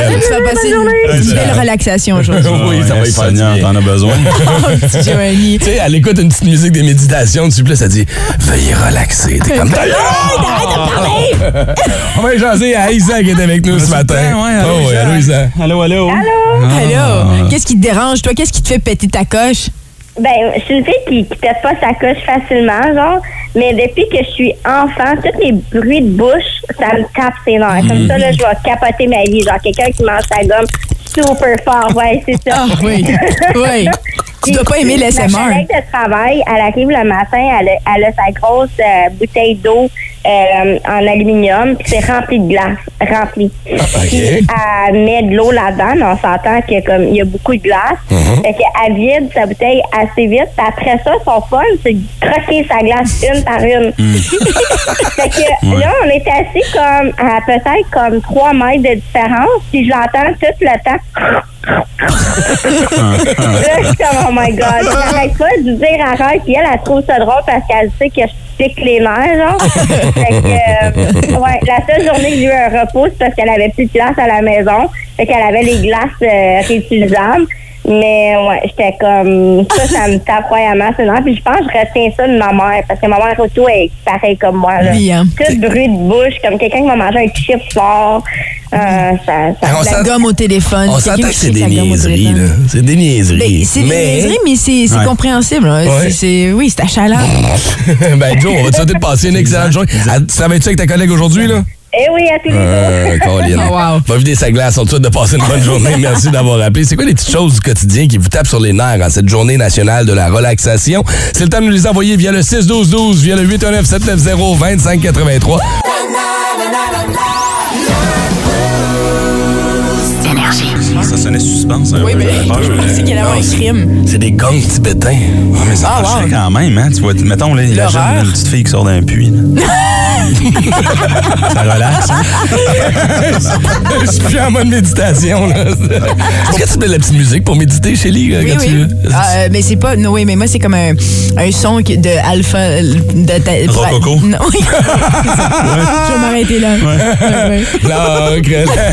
elle. Tu vas passer une, une belle relaxation aujourd'hui. Oui, ça va y faire du bien. T'en as besoin. Oh, petit Joanie. Tu sais, elle écoute une petite musique de méditation dessus, puis là, ça dit « Veuillez relaxer ». T'es comme « Arrête de parler! On va jaser à Isa qui est avec nous ce matin. Ouais, allô, Oh, ouais, allô, Isa. Allô, allô. Allô? Allô? Qu'est-ce qui te dérange, toi? Qu'est-ce qui te fait péter ta coche? Ben, je suis une fille qui, qui pète pas sa coche facilement, genre. Mais depuis que je suis enfant, tous les bruits de bouche, ça me tape ses nerfs. Comme ça, là, je vais capoter ma vie. Genre, quelqu'un qui mange sa gomme super fort. Ouais, c'est ça. Ah, oui. Oui. Tu dois pas aimer l'A S M R. Ma collègue de travail, elle arrive le matin, elle a, elle a sa grosse euh, bouteille d'eau euh, en aluminium, puis c'est rempli de glace, rempli. Okay. Puis elle met de l'eau là-dedans, mais on s'entend qu'il comme il y a beaucoup de glace. Mm-hmm. Fait qu'elle vide sa bouteille assez vite, puis après ça, son fun, c'est de croquer sa glace une par une. Mm. Fait que ouais. Là, on était assis comme à peut-être comme trois mètres de différence, puis je l'entends tout le temps. Là, je suis comme, oh my God. J'arrête pas de dire arrête, puis elle, elle trouve ça drôle parce qu'elle sait que je pique les nerfs, genre. Fait que, euh, ouais, la seule journée que j'ai eu un repos, c'est parce qu'elle avait plus de glace à la maison. Fait qu'elle avait les glaces euh, réutilisables. Mais ouais, j'étais comme ça, ça me tape royalement, c'est normal. Puis je pense que je retiens ça de ma mère, parce que ma mère auto est pareille comme moi. Là. Oui, hein. Tout bruit de bouche, comme quelqu'un qui va manger un chip fort. Euh, ça, ça la gomme au téléphone. On s'entend que c'est des niaiseries, là. C'est des niaiseries. Ben, c'est mais... des niaiseries, mais c'est, c'est ouais. compréhensible. Hein. Ouais. C'est, c'est, oui, c'est achalant. Ben, Joe, on va te souhaiter de passer une excellente journée. Travailles-tu avec ta collègue aujourd'hui, là? Eh oui, à tous les euh, jours. Oh, wow. Va vider sa glace. On te souhaite de passer une bonne journée. Merci d'avoir appelé. C'est quoi les petites choses du quotidien qui vous tapent sur les nerfs en cette journée nationale de la relaxation? C'est le temps de nous les envoyer via le six douze douze, via le huit un neuf sept neuf zéro deux cinq huit trois. Énergie. Ça sonnait suspense. Hein, oui, mais je pensais qu'il y avait un crime. C'est des gangs tibétains. Ouais, mais ça ah, marcherait wow. quand même, hein? Tu vois, mettons, là, la jeune, une petite fille qui sort d'un puits. Ça relaxe. Hein? Je suis plus en mode méditation. Là. Est-ce que tu mets de la petite musique pour méditer, Shelly? Oui, quand oui. Tu... Euh, mais c'est pas... Non, oui, mais moi, c'est comme un, un son de alpha... De, de, Rococo? Non, oui. Je vais m'arrêter là. Ouais. L'encre,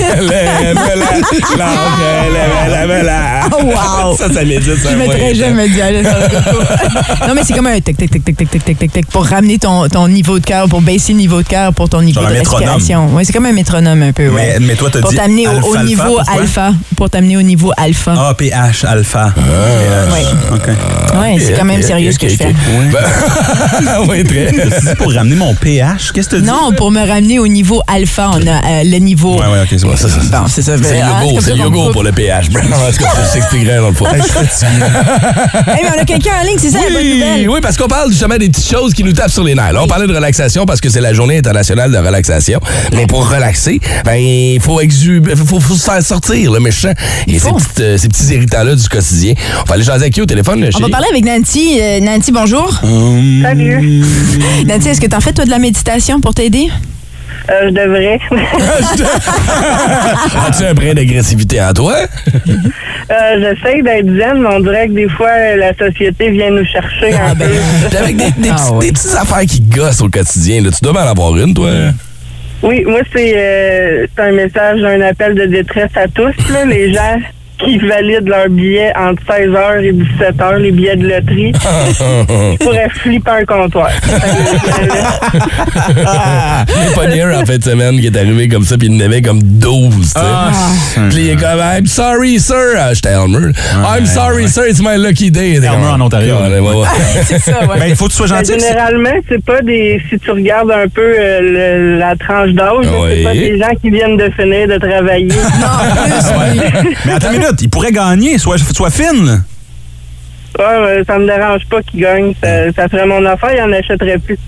l'encre, l'encre, oh, wow! Ça, ça médite. Je mettrais jamais du Rococo. Non, mais c'est comme un tic, tic, tic, tic, tic, tic, tic, tic, pour ramener ton, ton niveau de cœur, pour baisser le niveau de cœur, pour ton niveau genre de respiration. Oui, c'est comme un métronome un peu. Ouais. Mais, mais toi, t'as pour dit t'amener au, alpha, au niveau alpha, alpha. Pour t'amener au niveau alpha. Ah, P H, alpha. Ah, oui. OK. Oui, c'est quand même okay, sérieux okay, ce que okay, je fais. Oui, ouais, très. Pour ramener mon P H, qu'est-ce que tu dis? Non, pour me ramener au niveau alpha. On a euh, le niveau... Oui, oui, OK, c'est bon. Ça, ça, bon, c'est ça. C'est le ah, yoga, c'est le yoga pour le P H. Est-ce que je t'expliquerai dans le fond? Hey, mais on a quelqu'un en ligne, c'est ça oui, la bonne nouvelle? Oui, parce qu'on parle justement des petites choses qui nous tapent sur les nerfs. Là, on parlait de relaxation parce que c'est la journée internationale de relaxation. Mais pour relaxer, ben il faut exuber, faut, faut se faire sortir le méchant et ces, petites, euh, ces petits irritants-là du quotidien. On va aller jaser avec qui au téléphone? On va parler avec Nancy. Euh, Nancy, bonjour. Um... Salut. Nancy, est-ce que t'en fais toi de la méditation pour t'aider? Euh, je devrais. As-tu un brin d'agressivité en toi? Euh, j'essaie d'être zen, mais on dirait que des fois, la société vient nous chercher un ah, peu. Ben, avec des, des, ah, ouais. des petites affaires qui gossent au quotidien, là, tu dois en avoir une, toi? Oui, moi, c'est, euh, c'est un message, un appel de détresse à tous, là, les gens qui valident leurs billets entre seize heures et dix-sept heures, les billets de loterie. Ils pourraient flipper un comptoir. J'ai pas nier en fin de semaine qui est arrivé comme ça, puis il y en avait comme douze. Ah. Puis il est comme, I'm sorry, sir. Ah, j'étais Elmer. I'm sorry, ouais. sir, it's my lucky day. Elmer en Ontario. Ouais, ouais, ouais. C'est ça, ouais. Ben, il faut que tu sois gentil. Ben, généralement, c'est pas des. Si tu regardes un peu euh, le, la tranche d'âge, ouais. c'est pas des gens qui viennent de finir de travailler. Non, plus, oui. Mais attends une minute, il pourrait gagner, sois, sois fine, là. Ouais, ouais, ça me dérange pas qu'il gagne. Ça, ça ferait mon affaire, il en achèterait plus.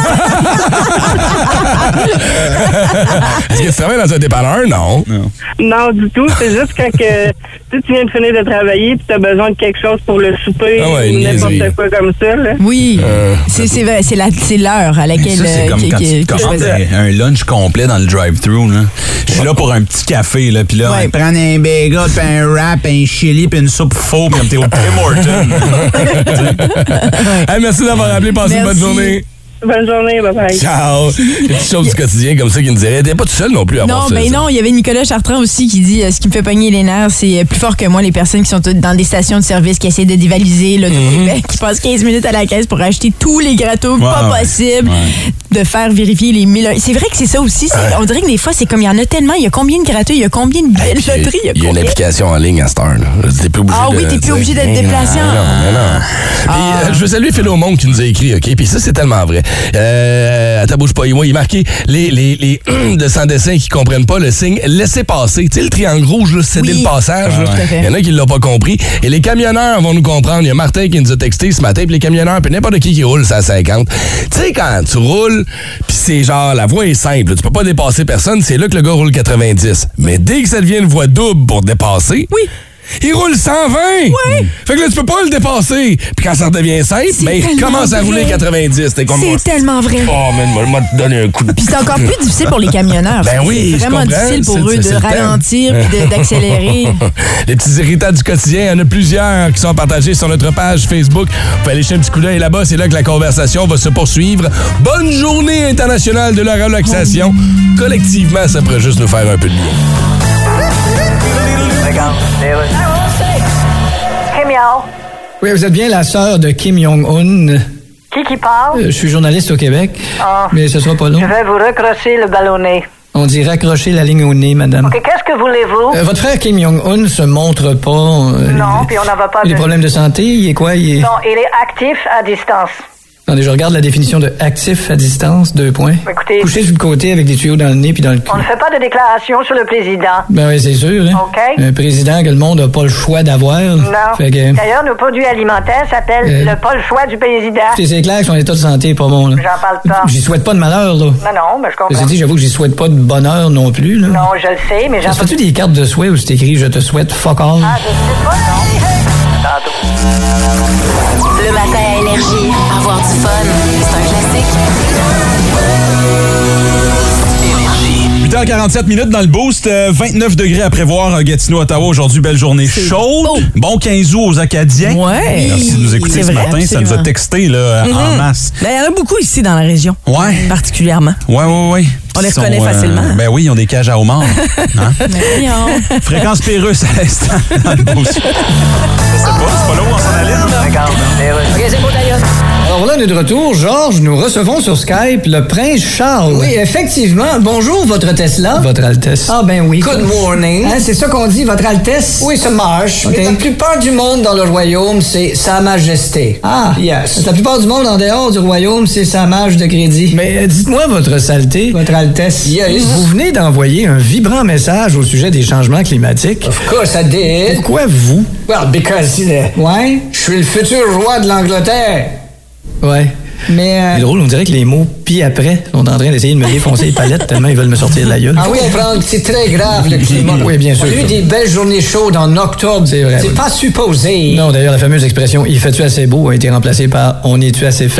Est-ce que tu travailles dans un dépanneur? Non. Non, non du tout. C'est juste quand que, tu viens de finir de travailler et tu as besoin de quelque chose pour le souper ah ouais, ou n'importe quoi comme ça. Là. Oui, euh, c'est, c'est vrai. C'est, la, c'est l'heure à laquelle... Ça, c'est comme qui, quand qui, tu commandes un, un lunch complet dans le drive-thru. Là. Je suis là pour un petit café. Là, puis là, ouais. prendre un bagel, puis un wrap, un chili, puis une soupe faux, puis comme t'es au Tim Hortons. Hey, merci d'avoir appelé. Passez une bonne journée. Bonne journée, bye-bye. Ciao. Des petites choses du quotidien comme ça qui nous dirait. T'es pas tout seul non plus à Non, voir ça. ben ça. non, il y avait Nicolas Chartrand aussi qui dit euh, ce qui me fait pogner les nerfs, c'est plus fort que moi les personnes qui sont toutes dans des stations de service qui essaient de dévaliser l'Auto-Québec, qui passent quinze minutes à la caisse pour acheter tous les gratos Ouais, pas ouais. possible, Ouais. de faire vérifier les mille. C'est vrai que c'est ça aussi. c'est- On dirait que des fois, c'est comme il y en a tellement. Il y a combien de gratos, il y a combien de belles Puis, loteries, il y a Il y a une combien. application en ligne à cette heure. Là. T'es plus obligé Ah de, oui, t'es plus t'sais. obligé d'être Mais déplacé. Non, mais non. Puis, euh, je veux saluer Philo Monde qui nous a écrit, OK? Puis ça, c'est tellement vrai. Euh, attends, bouge pas. Moi, il est marqué les, les, les de sans-dessin qui comprennent pas le signe laisser passer. Tu sais, le triangle rouge, là, céder Oui. le passage. Ah, là. tout à fait. Il y en a qui l'ont pas compris. Et les camionneurs vont nous comprendre. Il y a Martin qui nous a texté ce matin. Puis les camionneurs, puis n'importe qui qui roule, c'est à cinquante. Tu sais, quand tu roules, puis c'est genre, la voie est simple. Tu peux pas dépasser personne. C'est là que le gars roule quatre-vingt-dix. Mais dès que ça devient une voie double pour dépasser... Oui. Il roule cent vingt! Ouais. Fait que là, tu peux pas le dépasser. Puis quand ça redevient simple, C'est ben, il tellement commence à vrai. rouler quatre-vingt-dix. T'es comme moi. C'est tellement vrai. Oh, man, moi, moi, te donner un coup de Puis c'est encore plus difficile pour les camionneurs. Ben oui, c'est je vraiment comprends. difficile pour C'est- eux c'est- de c'est le thème. ralentir et de- d'accélérer. Les petits irritants du quotidien, il y en a plusieurs qui sont partagés sur notre page Facebook. Vous pouvez aller jeter un petit coup d'œil là-bas. C'est là que la conversation va se poursuivre. Bonne journée internationale de la relaxation. Collectivement, ça pourrait juste nous faire un peu de bien. Hey, miaou. Oui, vous êtes bien la sœur de Kim Jong-un. Qui qui parle? Euh, Je suis journaliste au Québec, Ah. mais ce sera pas long. Je vais vous recrocher le ballonnet. On dit raccrocher la ligne au nez, madame. OK, qu'est-ce que voulez-vous? Euh, votre frère Kim Jong-un se montre pas. euh, Non, il- puis on n'en va pas il a des de... problèmes de santé, il est quoi? Il est... Non, il est actif à distance. Attendez, je regarde la définition de actif à distance, deux points. Écoutez- Couché sur le côté avec des tuyaux dans le nez puis dans le cul. On ne fait pas de déclaration sur le président. Ben oui, c'est sûr, hein. OK. Un président que le monde n'a pas le choix d'avoir. Non. Fait que... D'ailleurs, nos produits alimentaires s'appellent Euh. le pas le choix du président. C'est c'est clair que son état de santé est pas bon, là. J'en parle pas. J'y souhaite pas de malheur, là. Non, non, mais je comprends. Ceci dit, j'avoue que j'y souhaite pas de bonheur non plus, là. Non, je le sais, mais j'en Ça se fait-tu des cartes de souhait où c'est écrit « Je te souhaite fuck all Ah, je sais pas, non. Tantôt. Le matin à Énergie. Avoir du fun, c'est un classique. huit heures quarante-sept minutes dans le boost, euh, vingt-neuf degrés à prévoir à Gatineau, Ottawa. Aujourd'hui, belle journée chaude. beau. Bon quinze août aux Acadiens. Ouais. Merci de nous écouter C'est ce vrai, matin. Ça nous a absolument. texté là, en Mhm. masse. Ben, il y en a beaucoup ici dans la région. Ouais. Particulièrement. Ouais, ouais, ouais. On les Ils sont, reconnaît facilement. Ben oui, ils ont des cages à homards. Hein? Voyons. Fréquence Pérusse à l'instant dans le boost. Je sais pas, c'est pas là où on s'en allait. OK, c'est beau, d'ailleurs. Alors voilà, on est de retour. Georges, nous recevons sur Skype le prince Charles. Oui, effectivement. Bonjour, votre Tesla. Votre Altesse. Ah ben oui. Good morning. Hein, c'est ça qu'on dit, votre Altesse? Oui, ça marche. OK. Mais la plupart du monde dans le royaume, c'est Sa Majesté. Ah, Yes. La plupart du monde en dehors du royaume, c'est sa mage de crédit. Mais euh, dites-moi votre saleté, votre Altesse. Yes. Vous venez d'envoyer un vibrant message au sujet des changements climatiques. Of course, I did. Pourquoi vous? Well, because uh, Ouais? je suis le futur roi de l'Angleterre. Ouais. Mais... euh, C'est drôle, on dirait que les mots pis après sont en train d'essayer de me défoncer les palettes tellement ils veulent me sortir de la gueule. Ah oui, comprendre que c'est très grave, le climat. Oui, bien sûr. On a eu des belles journées chaudes en octobre. C'est vrai, C'est oui. pas supposé. Non, d'ailleurs, la fameuse expression « il fait-tu assez beau » a été remplacée par « on est-tu assez fait ».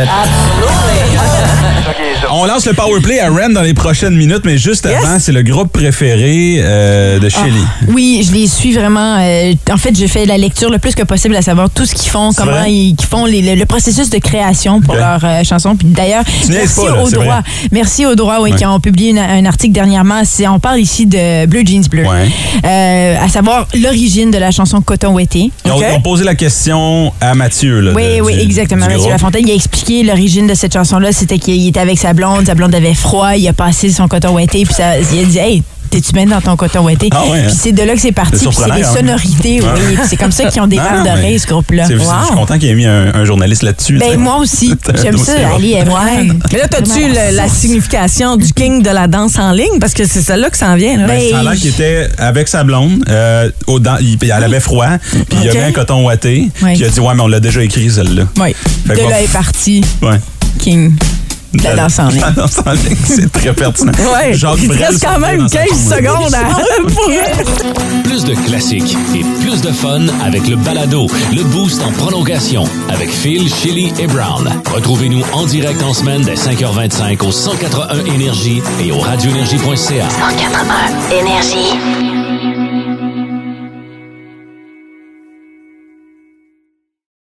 On lance le powerplay à Ren dans les prochaines minutes, mais juste avant, c'est le groupe préféré euh, de Shelly. Oui, je les suis vraiment. euh, en fait, je fais la lecture le plus que possible à savoir tout ce qu'ils font, comment vrai? ils, qu'ils font les- le, le processus de création pour Ok. leurs euh, chansons. Puis d'ailleurs, Tu niaises merci pas, là, aux c'est droits. vrai. Merci aux droits, oui, Ouais. qui ont publié une- un article dernièrement. C'est, on parle ici de Blue Jeans Bleu. Ouais. Euh, à savoir l'origine de la chanson Coton Ouetté. Ils ont, Ok. ils ont posé la question à Mathieu. Là, Oui, de- oui, du- exactement. du Mathieu groupe. Lafontaine, il a expliqué l'origine de cette chanson-là. C'était qu'il était avec sa blonde, sa blonde avait froid, il a passé son coton ouetté, puis ça, il a dit, hey, t'es-tu bien dans ton coton ouetté? Ah ouais, hein? Puis c'est de là que c'est parti, C'est puis c'est surprenant, les hein? sonorités, Ouais. oui. Puis c'est comme ça qu'ils ont des Non, verres non, d'oreilles, mais ce groupe-là. c'est- Je suis Wow. content qu'il ait mis un, un journaliste là-dessus. tu sais. Ben, moi aussi. J'aime ça, Dossier, ouais. Ali est Ouais. Mais là, t'as-tu Vraiment le- la source. signification du king de la danse en ligne? Parce que c'est celle-là que ça en vient. Là. Ben, ça a l'air qu'il était avec sa blonde. Euh, au, dans, il, elle avait froid. Puis il a Ok. mis un coton ouaté. Ouais. Puis il a dit, ouais, mais on l'a déjà écrit, celle-là. Oui. Fait De que là bon, est parti Ouais. King. De la danse en ligne. La danse en ligne, c'est très pertinent. Ouais. Jacques Il te Brel reste quand sortait même dans sa quinze chambre. secondes à pour Plus de classiques et plus de fun avec le balado, le boost en prolongation avec Phil, Shelly et Brown. Retrouvez-nous en direct en semaine dès cinq heures vingt-cinq au cent quatre-vingt-un Énergie et au radioénergie point c a. cent quatre-vingt-un Énergie.